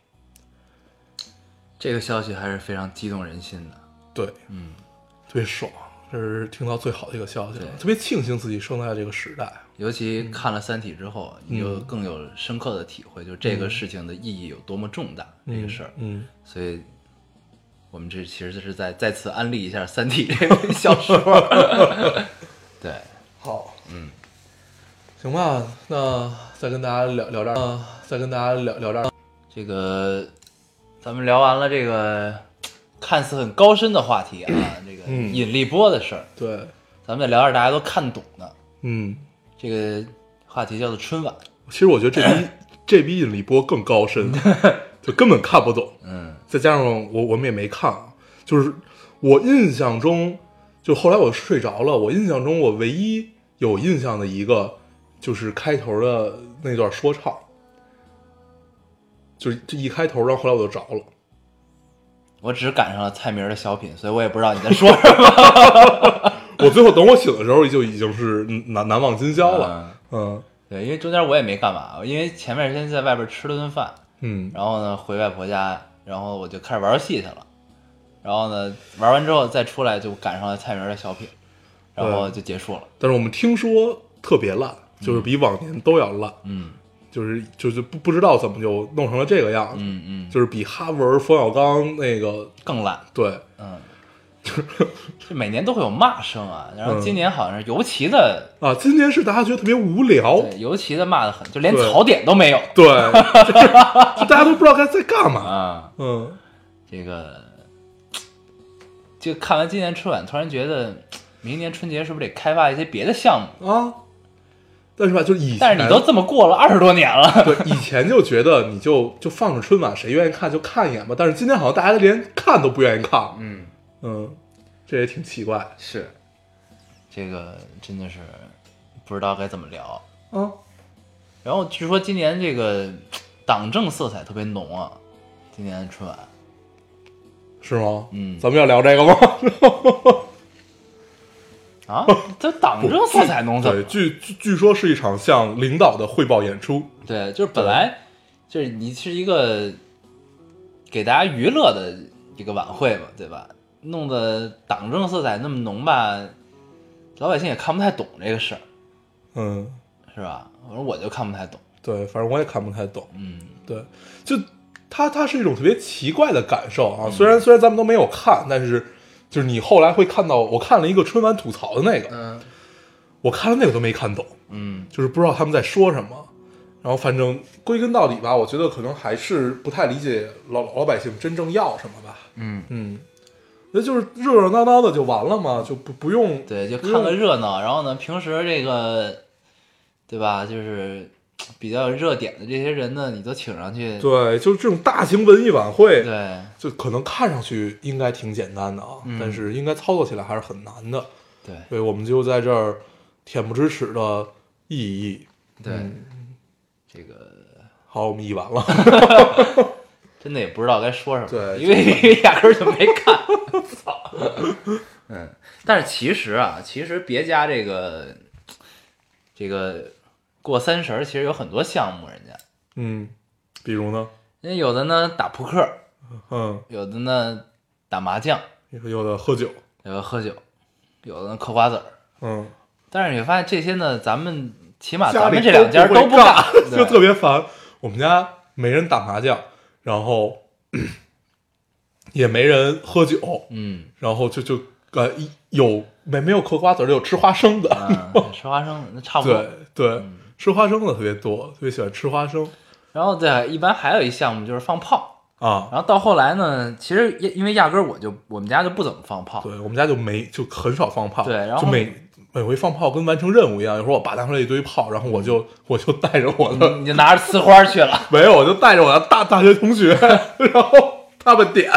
这个消息还是非常激动人心的。 对， 嗯， 特别爽，这是听到最好的一个消息了， 对， 特别庆幸自己生在这个时代。 尤其看了《三体》之后，你就更有深刻的体会，就这个事情的意义有多么重大， 嗯、 这个事儿。 嗯， 所以我们这其实是在再次安利一下《三体》这个小说。对， 好，嗯，行吧，那再跟大家聊聊点，呃，再跟大家聊聊点， 这个咱们聊完了这个看似很高深的话题啊，这个引力波的事儿、嗯， 对， 咱们再聊点大家都看懂的， 嗯， 这个话题叫做春晚。 其实我觉得这比这比引力波更高深，就根本看不懂。 嗯， 再加上我我们也没看啊，就是我印象中，就后来我睡着了，我印象中我唯一有印象的一个就是开头的那段说唱，就是这一开头，然后后来我就着了。 我只赶上了蔡明的小品，所以我也不知道你在说什么。 我最后等我醒的时候，就已经是难难忘今宵了。嗯，嗯对，因为中间我也没干嘛，因为前面先在外边吃了顿饭， 嗯， 然后呢回外婆家，然后我就开始玩游戏去了，然后呢玩完之后再出来就赶上了蔡明的小品，然后就结束了。 但是我们听说特别烂，就是比往年都要烂。 嗯。 就是就是不不知道怎么就弄成了这个样子， 嗯嗯， 就是比哈文、冯小刚那个更烂， 对， 嗯，就每年都会有骂声啊，然后今年好像是尤其的、 嗯、啊，今年是大家觉得特别无聊， 对，尤其的骂的很，就连槽点都没有， 对，就, 是、就大家都不知道该在干嘛啊， 嗯， 这个就看完今年春晚，突然觉得明年春节是不是得开发一些别的项目啊？但是吧，就以前， 但是你都这么过了二十多年了， 对，以前就觉得你就就放着春晚，谁愿意看就看一眼吧。但是今天好像大家连看都不愿意看， 嗯嗯，这也挺奇怪的。 是，这个真的是不知道该怎么聊啊。 然后据说今年这个党政色彩特别浓啊，今年的春晚是吗？ 嗯， 咱们要聊这个吗？ 啊，这党政色彩浓怎么？ 对，据据说是一场向领导的汇报演出。 对，就是本来就是你是一个给大家娱乐的一个晚会嘛，对吧？弄得党政色彩那么浓吧，老百姓也看不太懂这个事儿， 嗯， 是吧？反正我就看不太懂。 对，反正我也看不太懂。 嗯， 对，就它它是一种特别奇怪的感受啊。虽然虽然咱们都没有看，但是。就是你后来会看到，我看了一个春晚吐槽的那个， 嗯， 我看了那个都没看懂， 嗯， 就是不知道他们在说什么。然后反正归根到底吧，我觉得可能还是不太理解老老百姓真正要什么吧。 嗯嗯，那就是热热闹闹的就完了嘛，就不不用对，就看个热闹。然后呢，平时这个对吧，就是比较热点的这些人呢，你都请上去， 对，就是这种大型文艺晚会， 对， 就可能看上去应该挺简单的啊， 嗯但是应该操作起来还是很难的。 对所以我们就在这儿恬不知耻的意义。 对， 嗯这个好，我们议完了。 真的也不知道该说什么， 对因为因为压根儿就没看，操，嗯，但是其实啊，其实别家这个这个过三十儿其实有很多项目，人家， 嗯，比如呢？ 人家有的呢打扑克， 嗯， 有的呢打麻将， 有的喝酒。 有的喝酒，有的呢嗑瓜子儿， 嗯， 但是你会发现这些呢，咱们起码家里咱们这两家都都不干， 就特别烦。我们家没人打麻将，然后也没人喝酒， 嗯然后就就呃有没没有嗑瓜子儿的，有吃花生的。 啊，吃花生那差不多。 对对，吃花生的特别多，特别喜欢吃花生然后再一般还有一项目就是放炮， 啊。 然后到后来呢，其实因因为压根儿我就我们家就不怎么放炮， 对我们家就没就很少放炮， 对然后就每每回放炮跟完成任务一样，有时候我爸拿出来一堆炮，然后我就我就带着我的、 你你就拿着呲花去了， 没有，我就带着我的大大学同学，然后他们点，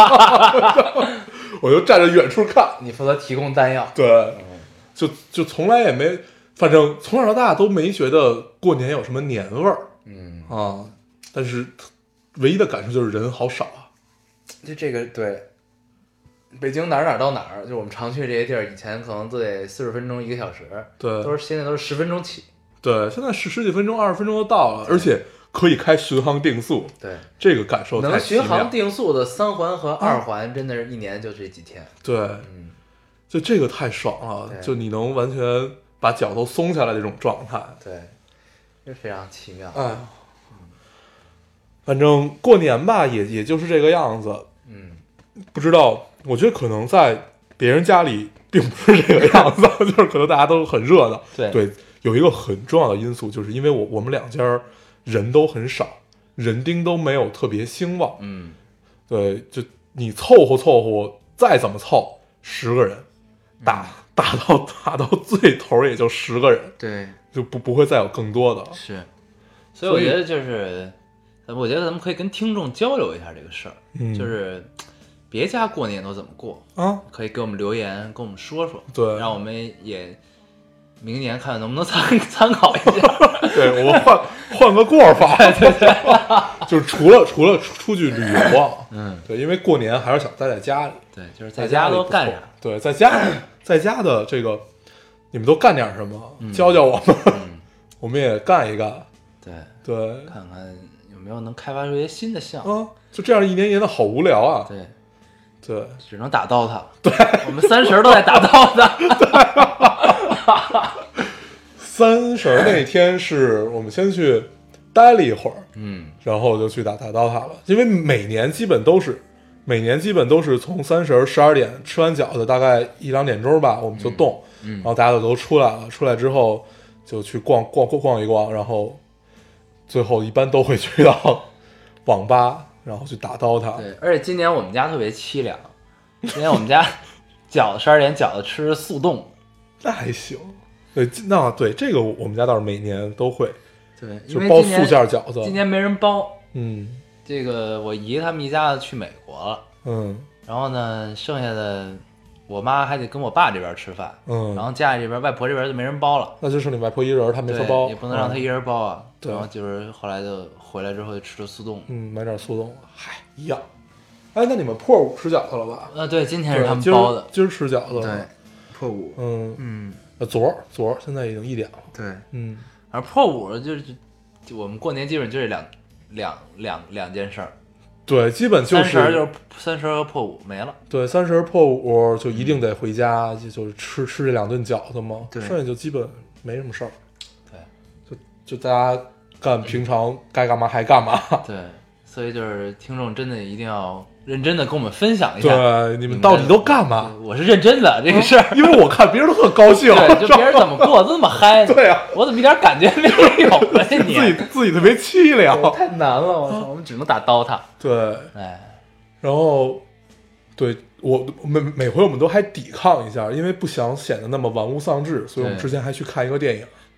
我就站着远处看。 你负责提供弹药。 对，就就从来也没，反正从小到大都没觉得过年有什么年味儿嗯， 啊。但是唯一的感受就是人好少啊。 就这个对，北京哪儿哪儿到哪儿，就是我们常去这些地儿，以前可能都得四十分钟一个小时， 对， 都是现在都是十分钟起。 对，现在十十几分钟、二十分钟就到了，而且可以开巡航定速， 对， 这个感受太能奇妙巡航定速的三环和二环，真的是一年就这几天。 对， 嗯， 就这个太爽了， 对就你能完全把脚都松下来这种状态。 对，这非常奇妙。 哎，反正过年吧，也也就是这个样子。 嗯， 不知道，我觉得可能在别人家里并不是这个样子，就是可能大家都很热闹。 对对，有一个很重要的因素，就是因为我我们两家人都很少，人丁都没有特别兴旺。 嗯， 对，就你凑合凑合，再怎么凑，十个人打、 嗯打到打到最头也就十个人， 对， 就不不会再有更多的了。 是。所以我觉得就是，我觉得咱们可以跟听众交流一下这个事儿， 嗯就是别家过年都怎么过， 啊， 可以给我们留言，跟我们说说， 对让我们也明年看能不能参参考一下。 对，我们换换个过法，对对，就是除了除了出出去旅游啊， 嗯， 对，因为过年还是想待在家里， 对，就是在家都干啥？ 对，在家在家的这个，你们都干点什么？教教我们， 嗯， 我们也干一干。 对， 对， 看看有没有能开发出一些新的项目。 啊，就这样一年一年的好无聊啊。 对， 对， 只能打刀塔。对，我们三十都在打刀塔。 三十儿那天是我们先去待了一会儿， 嗯， 然后就去打打刀塔了。因为每年基本都是，每年基本都是从三十儿十二点吃完饺子，大概一两点钟吧，我们就动， 嗯嗯然后大家就都出来了。出来之后就去逛逛逛逛一逛，然后最后一般都会去到网吧，然后去打刀塔。 对，而且今年我们家特别凄凉，今年我们家饺子十二点饺子吃速冻。 那还行。对，那对这个我们家倒是每年都会， 对，因就包为今年素馅饺子。 今年没人包， 嗯这个我姨他们一家子去美国了， 嗯然后呢，剩下的我妈还得跟我爸这边吃饭， 嗯， 然后家里这边外婆这边就没人包了， 那就是你外婆一人，她没对法包， 也不能让她一人。 人包啊。 对然后就是后来就回来之后就吃了速冻。 嗯，买点速冻，嗨，一样。哎，那你们破五吃饺子了吧？ 呃，对，今天是他们今儿包的。 今儿吃饺子。 对，破五。 嗯， 嗯， 呃昨儿昨儿现在已经一点了。 对。 嗯， 而破五就是就我们过年基本就这两两两两件事儿， 对，基本就是三十儿就是三十儿和破五没了。 对三十破五就一定得回家，就就是吃吃这两顿饺子嘛。 对剩下就基本没什么事儿。 对， 就就大家干平常该干嘛还干嘛。 对，所以就是听众真的一定要认真的跟我们分享一下， 对，你们到底都干嘛？ 我是认真的这个事儿， 因为我看别人都特高兴， 对，就别人怎么过都那么嗨， 对啊， 我怎么一点感觉没有了？这自己年自己特别凄凉， 太难了，我操，我们只能打刀塔。 对， 哎， 然后对我每每回我们都还抵抗一下，因为不想显得那么玩物丧志，所以我们对之前还去看一个电影，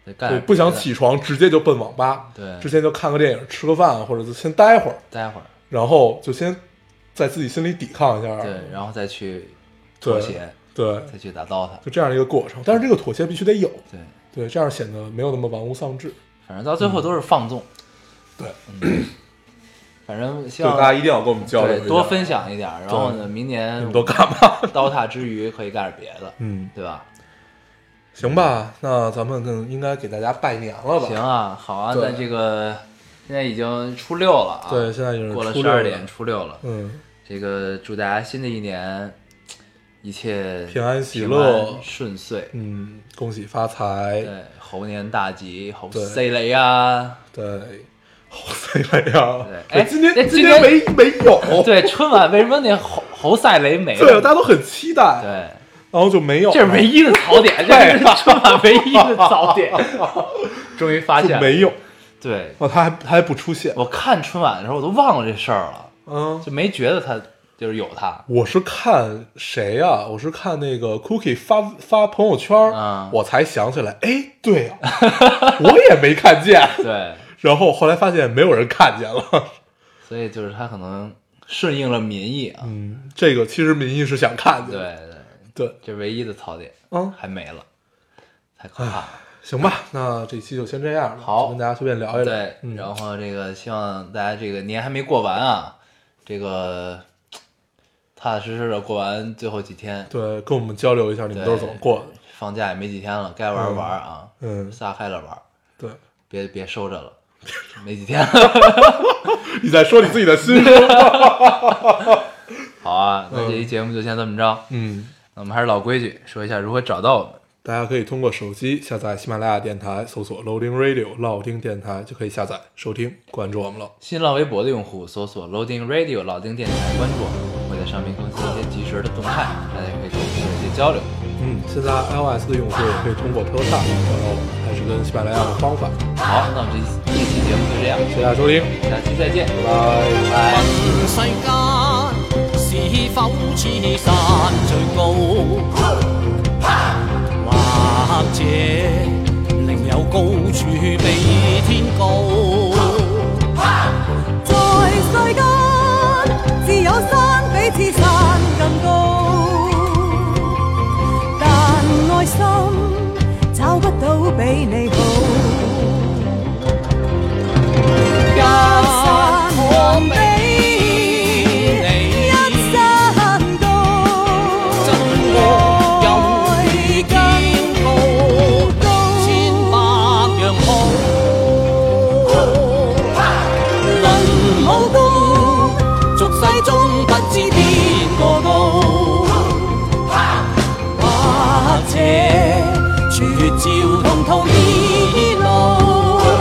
得干对， 点不想别的起床直接就奔网吧， 对之前就看个电影、吃个饭，或者就先待会儿， 待会儿， 然后就先在自己心里抵抗一下， 对，然后再去对妥协， 对， 再去打 D O T A， 就这样一个过程。但是这个妥协必须得有， 对， 对，这样显得没有那么玩物丧志。 反正到最后都是放纵， 对， 嗯，反正希就望大家一定要跟我们交流一下， 对多分享一点儿，然后呢，明年你们都干嘛？ D O T A 之余可以干点别的， 嗯， 对吧？ 行吧，那咱们更应该给大家拜年了吧？ 行啊，好啊， 对那这个现在已经初六了啊， 对，现在已经是过了初六十二点，初六了， 嗯， 这个祝大家新的一年一切平安喜平乐安顺遂， 嗯，恭喜发财， 对，猴年大吉，猴对塞雷呀！ 对，好塞雷呀！ 对哎今年哎今年没没有， 对，春晚为什么那猴猴赛雷没对， 了？ 大家都很期待， 对， 然后就没有了， 这是唯一的槽点，这是春晚唯一的槽点。终于发现就没有， 对， 哦，他还他还不出现， 我看春晚的时候我都忘了这事儿了， 嗯， 就没觉得他就是有他。 我是看谁呀、我是看那个 Cookie 发发朋友圈， 嗯我才想起来，哎，对呀、我也没看见。 对， 然后后来发现没有人看见了。 所以就是他可能顺应了民意啊。 嗯，这个其实民意是想看见对的。 对， 对， 这唯一的槽点， 嗯， 还没了，太可怕了。 行吧，那这期就先这样了， 好就跟大家随便聊一聊。 对， 嗯， 然后这个希望大家这个年还没过完啊，这个踏踏实实的过完最后几天。 对，跟我们交流一下你们对都是怎么过的。 放假也没几天了，该玩玩啊， 嗯， 撒开了玩， 对， 别别收着了，没几天了。 你在说你自己的心声。 好啊，那这期节目就先这么着。 嗯， 那我们还是老规矩，说一下如何找到我们。 大家可以通过手机下载喜马拉雅电台，搜索 Loading Radio 老丁电台就可以下载收听，关注我们了。 新浪微博的用户搜索 Loading Radio 老丁电台，关注我们，会在上面更新一些及时的动态，大家也可以跟我们做一些交流。 嗯，现在 iOS 的用户也可以通过 Podcast 找到我们，还是跟喜马拉雅的方法。 好，那我们这这期节目就这样， 谢谢大家收听， 下期再见， 拜拜。 拜。 问世間是否此山最高，或者另有高處比天高。 在世間，自有山比此山更高，但愛心找不到比你好。一山可比一山高， 真愛有更高，千百樣好。能武功，俗世中不知邊個高，或者絕招同途異路。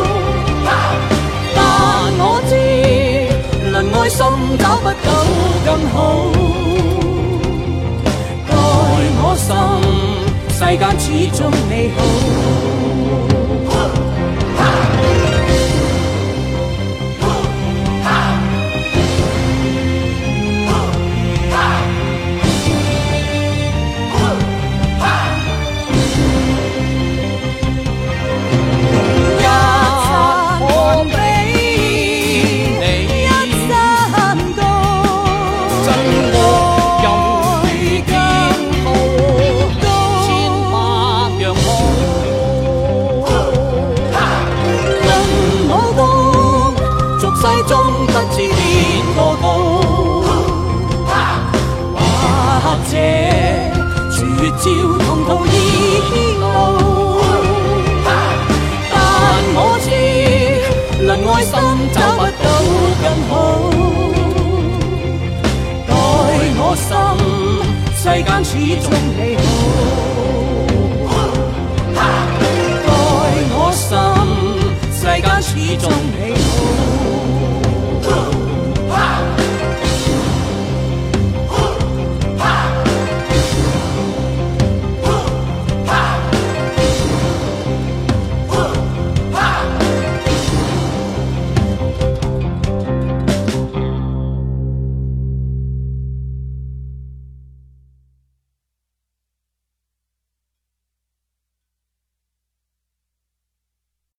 但我知，能愛心找不到更好。待我心，世間始終你好。一可比你一山高，真愛有更高，千百樣好。能武功，俗世中不知邊個高，或者絕招同途異路。但我知，能愛心找不到更好。待我心，世間始終